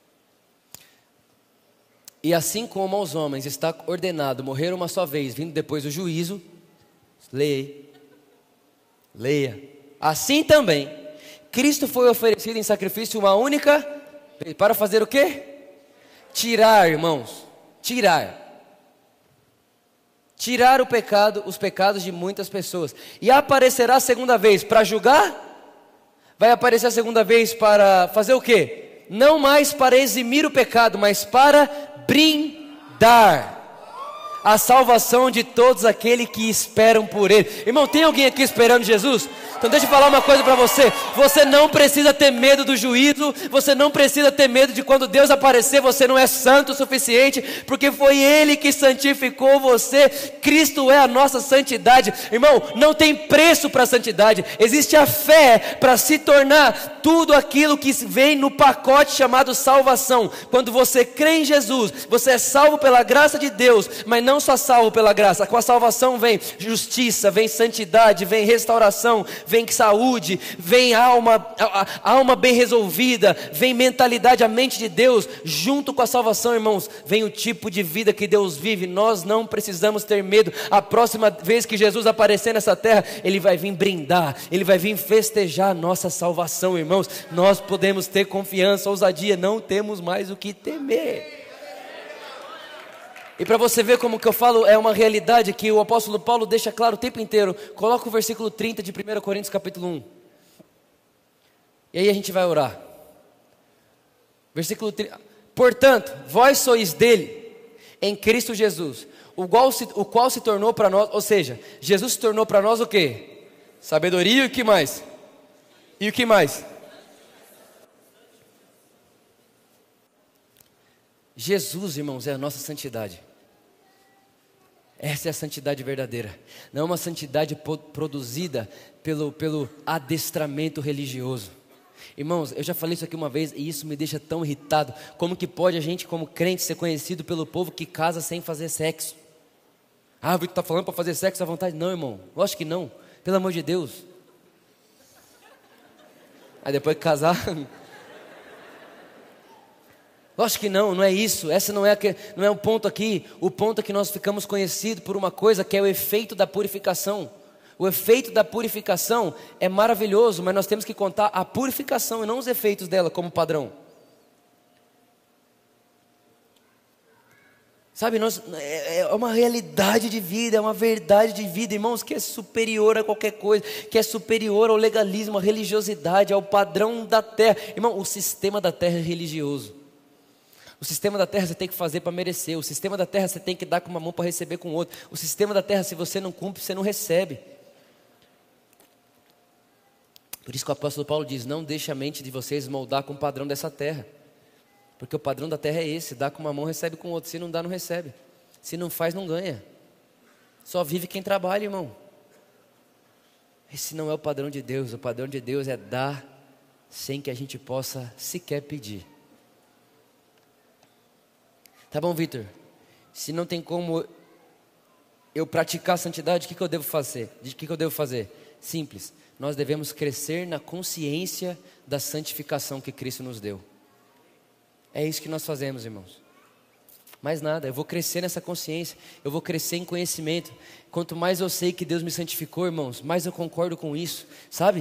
E assim como aos homens está ordenado morrer uma só vez, vindo depois o juízo. Leia. Leia. Assim também Cristo foi oferecido em sacrifício uma única vez. Para fazer o quê? Tirar, irmãos. Tirar. Tirar o pecado, os pecados de muitas pessoas. E aparecerá a segunda vez para julgar. Vai aparecer a segunda vez para fazer o quê? Não mais para eximir o pecado, mas para brindar a salvação de todos aqueles que esperam por Ele. Irmão, tem alguém aqui esperando Jesus? Então deixa eu falar uma coisa para você. Você não precisa ter medo do juízo. Você não precisa ter medo de quando Deus aparecer. Você não é santo o suficiente, porque foi Ele que santificou você. Cristo é a nossa santidade. Irmão, não tem preço para a santidade. Existe a fé para se tornar tudo aquilo que vem no pacote chamado salvação. Quando você crê em Jesus, você é salvo pela graça de Deus. Mas não só salvo pela graça. Com a salvação vem justiça, vem santidade, vem restauração, vem saúde, vem alma, alma bem resolvida, vem mentalidade, a mente de Deus. Junto com a salvação, irmãos, vem o tipo de vida que Deus vive. Nós não precisamos ter medo. A próxima vez que Jesus aparecer nessa terra, Ele vai vir brindar, Ele vai vir festejar a nossa salvação, irmãos. Nós podemos ter confiança, ousadia, não temos mais o que temer. E para você ver como que eu falo, é uma realidade que o apóstolo Paulo deixa claro o tempo inteiro. Coloca o versículo trinta de primeira Coríntios capítulo um. E aí a gente vai orar. Versículo trinta. Portanto, vós sois dele, em Cristo Jesus, o qual se, o qual se tornou para nós, ou seja, Jesus se tornou para nós o quê? Sabedoria e o que mais? E o que mais? Jesus, irmãos, é a nossa santidade. Essa é a santidade verdadeira. Não é uma santidade produzida pelo, pelo adestramento religioso. Irmãos, eu já falei isso aqui uma vez e isso me deixa tão irritado. Como que pode a gente, como crente, ser conhecido pelo povo que casa sem fazer sexo? Ah, o Vitor está falando para fazer sexo à vontade? Não, irmão, lógico que não. Pelo amor de Deus. Aí depois que casar... Lógico que não, não é isso. Esse não é, que, não é o ponto aqui. O ponto é que nós ficamos conhecidos por uma coisa que é o efeito da purificação. O efeito da purificação é maravilhoso, mas nós temos que contar a purificação e não os efeitos dela como padrão. Sabe, nós, é, é uma realidade de vida, é uma verdade de vida, irmãos, que é superior a qualquer coisa, que é superior ao legalismo, à religiosidade, ao padrão da terra. Irmão, o sistema da terra é religioso. O sistema da terra você tem que fazer para merecer. O sistema da terra você tem que dar com uma mão para receber com outra. O sistema da terra, se você não cumpre, você não recebe. Por isso que o apóstolo Paulo diz: não deixe a mente de vocês moldar com o padrão dessa terra. Porque o padrão da terra é esse: dá com uma mão, recebe com outra. Se não dá, não recebe. Se não faz, não ganha. Só vive quem trabalha, irmão. Esse não é o padrão de Deus. O padrão de Deus é dar sem que a gente possa sequer pedir. Tá bom, Vitor? Se não tem como eu praticar a santidade, o que, que eu devo fazer? O que, que eu devo fazer? Simples. Nós devemos crescer na consciência da santificação que Cristo nos deu. É isso que nós fazemos, irmãos. Mais nada, eu vou crescer nessa consciência, eu vou crescer em conhecimento. Quanto mais eu sei que Deus me santificou, irmãos, mais eu concordo com isso, sabe?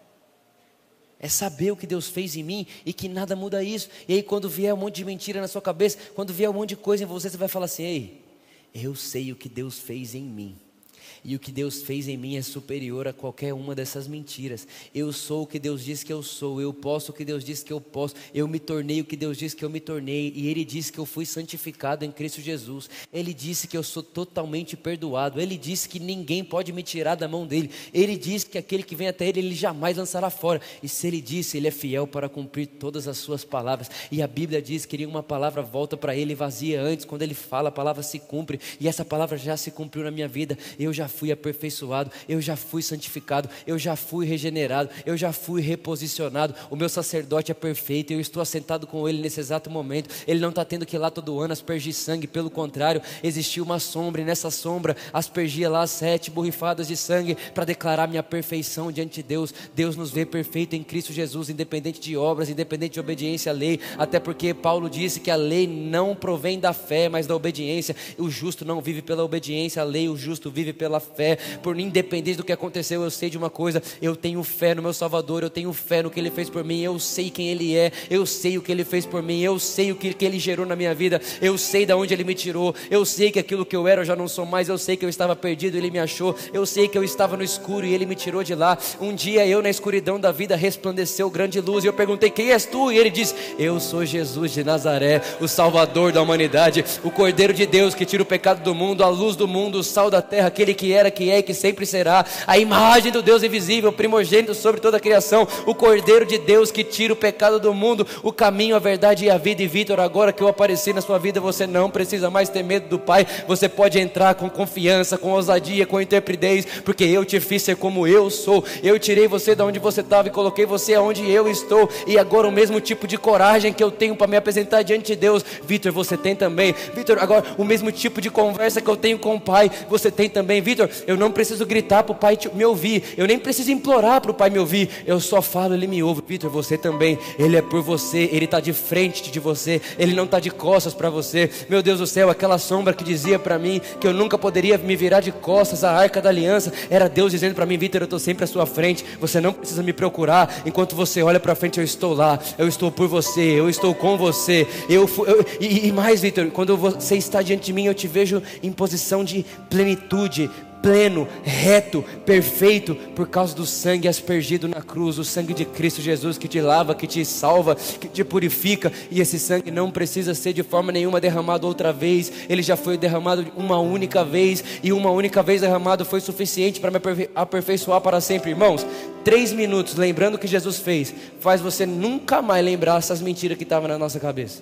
É saber o que Deus fez em mim e que nada muda isso. E aí quando vier um monte de mentira na sua cabeça, quando vier um monte de coisa em você, você vai falar assim: ei, eu sei o que Deus fez em mim. E o que Deus fez em mim é superior a qualquer uma dessas mentiras. Eu sou o que Deus diz que eu sou. Eu posso o que Deus diz que eu posso. Eu me tornei o que Deus diz que eu me tornei. E Ele disse que eu fui santificado em Cristo Jesus. Ele disse que eu sou totalmente perdoado. Ele disse que ninguém pode me tirar da mão dEle. Ele disse que aquele que vem até Ele, Ele jamais lançará fora. E se Ele disse, Ele é fiel para cumprir todas as suas palavras. E a Bíblia diz que nenhuma palavra volta para Ele vazia. Antes, quando Ele fala, a palavra se cumpre. E essa palavra já se cumpriu na minha vida. Eu já fui aperfeiçoado, eu já fui santificado, eu já fui regenerado, eu já fui reposicionado. O meu sacerdote é perfeito, eu estou assentado com Ele nesse exato momento. Ele não está tendo que ir lá todo ano aspergir sangue, pelo contrário, existiu uma sombra, e nessa sombra aspergia lá sete borrifadas de sangue para declarar minha perfeição diante de Deus. Deus nos vê perfeito em Cristo Jesus, independente de obras, independente de obediência à lei, até porque Paulo disse que a lei não provém da fé, mas da obediência. O justo não vive pela obediência à lei, o justo vive pela fé. Por independente do que aconteceu, eu sei de uma coisa: eu tenho fé no meu Salvador, eu tenho fé no que Ele fez por mim, eu sei quem Ele é, eu sei o que Ele fez por mim, eu sei o que, que Ele gerou na minha vida, eu sei de onde Ele me tirou, eu sei que aquilo que eu era eu já não sou mais, eu sei que eu estava perdido, Ele me achou, eu sei que eu estava no escuro e Ele me tirou de lá. Um dia eu, na escuridão da vida, resplandeceu grande luz, e eu perguntei: quem és tu? E Ele disse: eu sou Jesus de Nazaré, o Salvador da humanidade, o Cordeiro de Deus que tira o pecado do mundo, a luz do mundo, o sal da terra, aquele que era, que é e que sempre será, a imagem do Deus invisível, primogênito sobre toda a criação, o Cordeiro de Deus que tira o pecado do mundo, o caminho, a verdade e a vida. E Vitor, agora que eu apareci na sua vida, você não precisa mais ter medo do Pai, você pode entrar com confiança, com ousadia, com intrepidez, porque eu te fiz ser como eu sou. Eu tirei você de onde você estava e coloquei você aonde eu estou, e agora o mesmo tipo de coragem que eu tenho para me apresentar diante de Deus, Vitor, você tem também. Vitor, agora o mesmo tipo de conversa que eu tenho com o Pai, você tem também. Vitor, eu não preciso gritar para o Pai me ouvir, eu nem preciso implorar para o Pai me ouvir, eu só falo, Ele me ouve. Vitor, você também, Ele é por você, Ele está de frente de você, Ele não está de costas para você. Meu Deus do céu, aquela sombra que dizia para mim que eu nunca poderia me virar de costas, a arca da aliança, era Deus dizendo para mim: Vitor, eu estou sempre à sua frente, você não precisa me procurar, enquanto você olha para frente eu estou lá, eu estou por você, eu estou com você. Eu, eu, e, e mais, Vitor, quando você está diante de mim, eu te vejo em posição de plenitude, pleno, reto, perfeito, por causa do sangue aspergido na cruz, o sangue de Cristo Jesus que te lava, que te salva, que te purifica. E esse sangue não precisa ser de forma nenhuma derramado outra vez, ele já foi derramado uma única vez, e uma única vez derramado foi suficiente para me aperfeiçoar para sempre. Irmãos, três minutos lembrando o que Jesus fez, faz você nunca mais lembrar essas mentiras que estavam na nossa cabeça.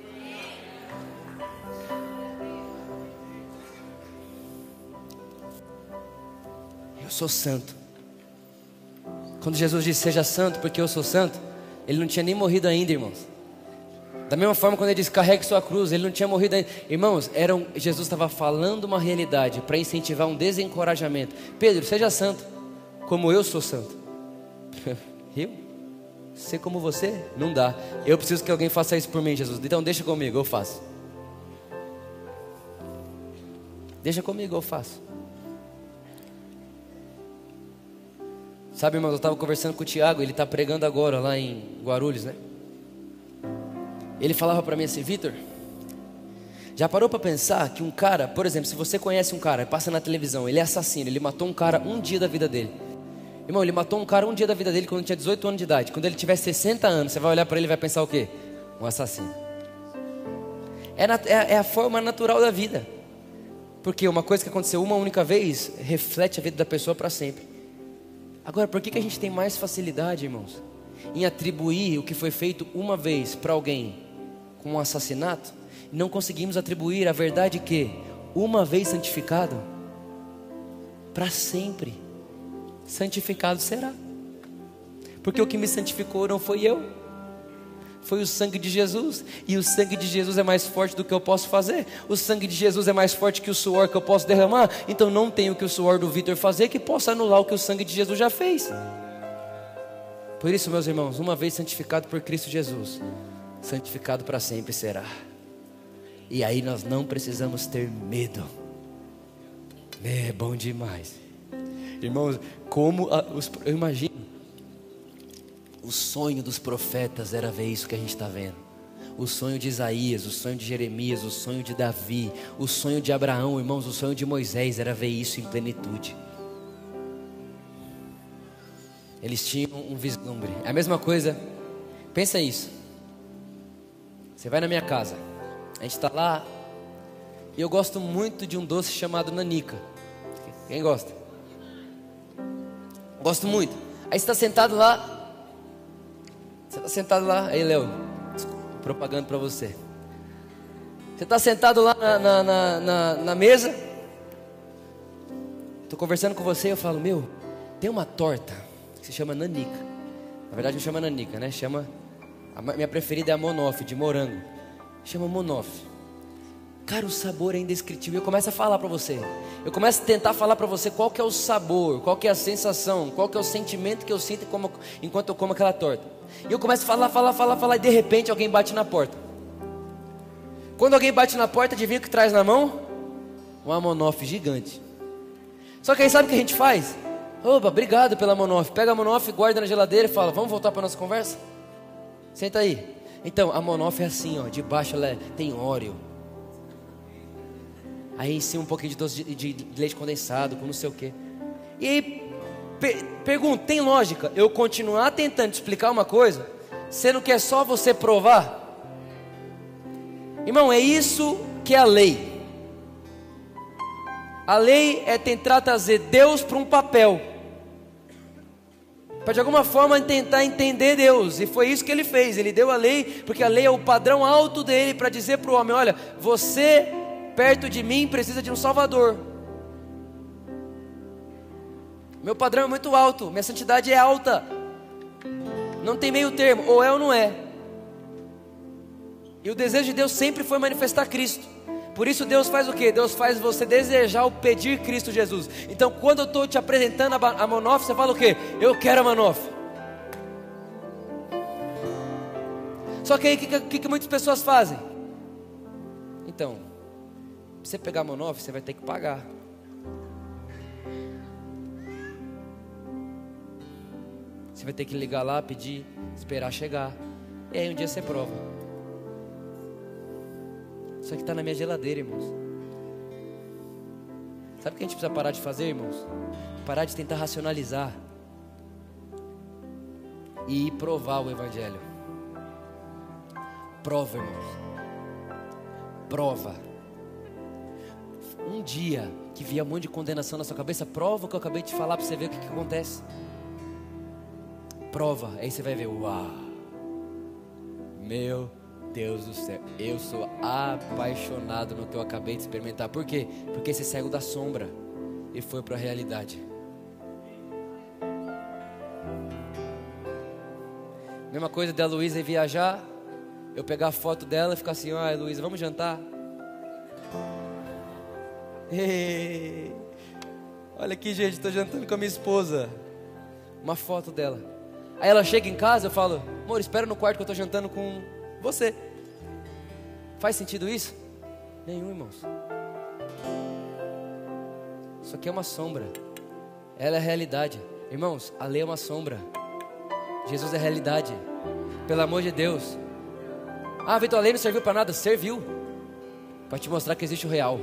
Sou santo. Quando Jesus disse: seja santo porque eu sou santo, Ele não tinha nem morrido ainda, irmãos. Da mesma forma, quando Ele disse: carregue sua cruz, Ele não tinha morrido ainda. Irmãos, era um, Jesus estava falando uma realidade para incentivar um desencorajamento. Pedro, seja santo como eu sou santo. Eu? Ser como você? Não dá. Eu preciso que alguém faça isso por mim, Jesus. Então deixa comigo, eu faço. Deixa comigo, eu faço. Sabe, irmãos, eu estava conversando com o Tiago, ele está pregando agora lá em Guarulhos, né? Ele falava para mim assim: Vitor, já parou para pensar que um cara, por exemplo, se você conhece um cara, passa na televisão, ele é assassino, ele matou um cara um dia da vida dele. Irmão, ele matou um cara um dia da vida dele quando ele tinha dezoito anos de idade. Quando ele tiver sessenta anos, você vai olhar para ele e vai pensar o quê? Um assassino. É, nat- é, é a forma natural da vida. Porque uma coisa que aconteceu uma única vez reflete a vida da pessoa para sempre. Agora, por que que a gente tem mais facilidade, irmãos, em atribuir o que foi feito uma vez para alguém com um assassinato, e não conseguimos atribuir a verdade que, uma vez santificado, para sempre santificado será? Porque o que me santificou não foi eu, foi o sangue de Jesus. E o sangue de Jesus é mais forte do que eu posso fazer. O sangue de Jesus é mais forte que o suor que eu posso derramar. Então não tenho que o suor do Vitor fazer que possa anular o que o sangue de Jesus já fez. Por isso, meus irmãos, uma vez santificado por Cristo Jesus, santificado para sempre será. E aí nós não precisamos ter medo. É bom demais. Irmãos, como a, os, eu imagino, o sonho dos profetas era ver isso que a gente está vendo. O sonho de Isaías, o sonho de Jeremias, o sonho de Davi, o sonho de Abraão, irmãos, o sonho de Moisés era ver isso em plenitude. Eles tinham um vislumbre. É a mesma coisa, pensa isso. Você vai na minha casa, a gente está lá, e eu gosto muito de um doce chamado nanica. Quem gosta? Gosto muito. Aí você está sentado lá, você está sentado lá, aí Léo, propaganda para você. Você está sentado lá na, na, na, na, na mesa, estou conversando com você e eu falo, meu, tem uma torta que se chama nanica. Na verdade não chama nanica, né? Chama, a minha preferida é a Monoff, de morango. Chama Monoff. Cara, o sabor é indescritível. Eu começo a falar para você. Eu começo a tentar falar para você qual que é o sabor, qual que é a sensação, qual que é o sentimento que eu sinto como, enquanto eu como aquela torta. E eu começo a falar, falar, falar, falar, e de repente alguém bate na porta. Quando alguém bate na porta, adivinha o que traz na mão? Uma Monoff gigante. Só que aí sabe o que a gente faz? Opa, obrigado pela Monoff. Pega a Monoff, guarda na geladeira e fala, vamos voltar para nossa conversa? Senta aí. Então, a Monoff é assim, ó, de baixo ela é, tem Oreo. Aí em cima um pouquinho de doce de, de, de leite condensado, com não sei o que. E aí, per, pergunta, tem lógica eu continuar tentando te explicar uma coisa, sendo que é só você provar? Irmão, é isso que é a lei. A lei é tentar trazer Deus para um papel, para de alguma forma tentar entender Deus. E foi isso que ele fez. Ele deu a lei, porque a lei é o padrão alto dele, para dizer para o homem, olha, você perto de mim precisa de um salvador. Meu padrão é muito alto, minha santidade é alta, não tem meio termo, ou é ou não é. E o desejo de Deus sempre foi manifestar Cristo. Por isso Deus faz o quê? Deus faz você desejar ou pedir Cristo Jesus. Então quando eu estou te apresentando a Monoff, você fala o quê? Eu quero a Monoff. Só que aí o que, que, que muitas pessoas fazem? Então, pra você pegar a Monoff, você vai ter que pagar. Você vai ter que ligar lá, pedir, esperar chegar. E aí um dia você prova. Isso aqui está na minha geladeira, irmãos. Sabe o que a gente precisa parar de fazer, irmãos? Parar de tentar racionalizar e ir provar o Evangelho. Prova, irmãos. Prova. Um dia que vier um monte de condenação na sua cabeça, prova o que eu acabei de falar para você ver o que, que acontece. Prova, aí você vai ver, uau, meu Deus do céu, eu sou apaixonado no que eu acabei de experimentar. Por quê? Porque você saiu da sombra e foi para a realidade. Mesma coisa da Luísa ir viajar, eu pegar a foto dela e ficar assim, ai Luísa, vamos jantar? Ei, olha aqui gente, estou jantando com a minha esposa. Uma foto dela. Aí ela chega em casa, eu falo, amor, espera no quarto que eu estou jantando com você. Faz sentido isso? Nenhum, irmãos. Isso aqui é uma sombra. Ela é a realidade. Irmãos, a lei é uma sombra. Jesus é a realidade. Pelo amor de Deus. Ah, Vitor, a lei não serviu para nada. Serviu para te mostrar que existe o real.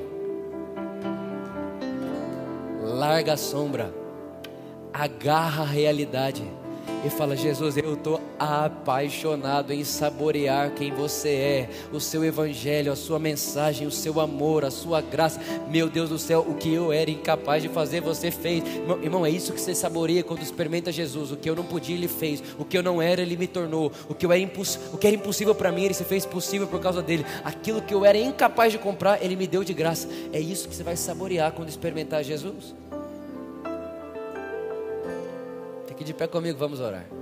Larga a sombra, agarra a realidade. e fala: Jesus, eu estou apaixonado em saborear quem você é, o seu evangelho, a sua mensagem, o seu amor, a sua graça. Meu Deus do céu, o que eu era incapaz de fazer, você fez. Irmão, irmão, é isso que você saboreia quando experimenta Jesus. O que eu não podia, Ele fez. O que eu não era, Ele me tornou. O que, eu era imposs... o que era impossível para mim, Ele se fez possível por causa dele. Aquilo que eu era incapaz de comprar, Ele me deu de graça. É isso que você vai saborear quando experimentar Jesus. Fique de pé comigo, vamos orar.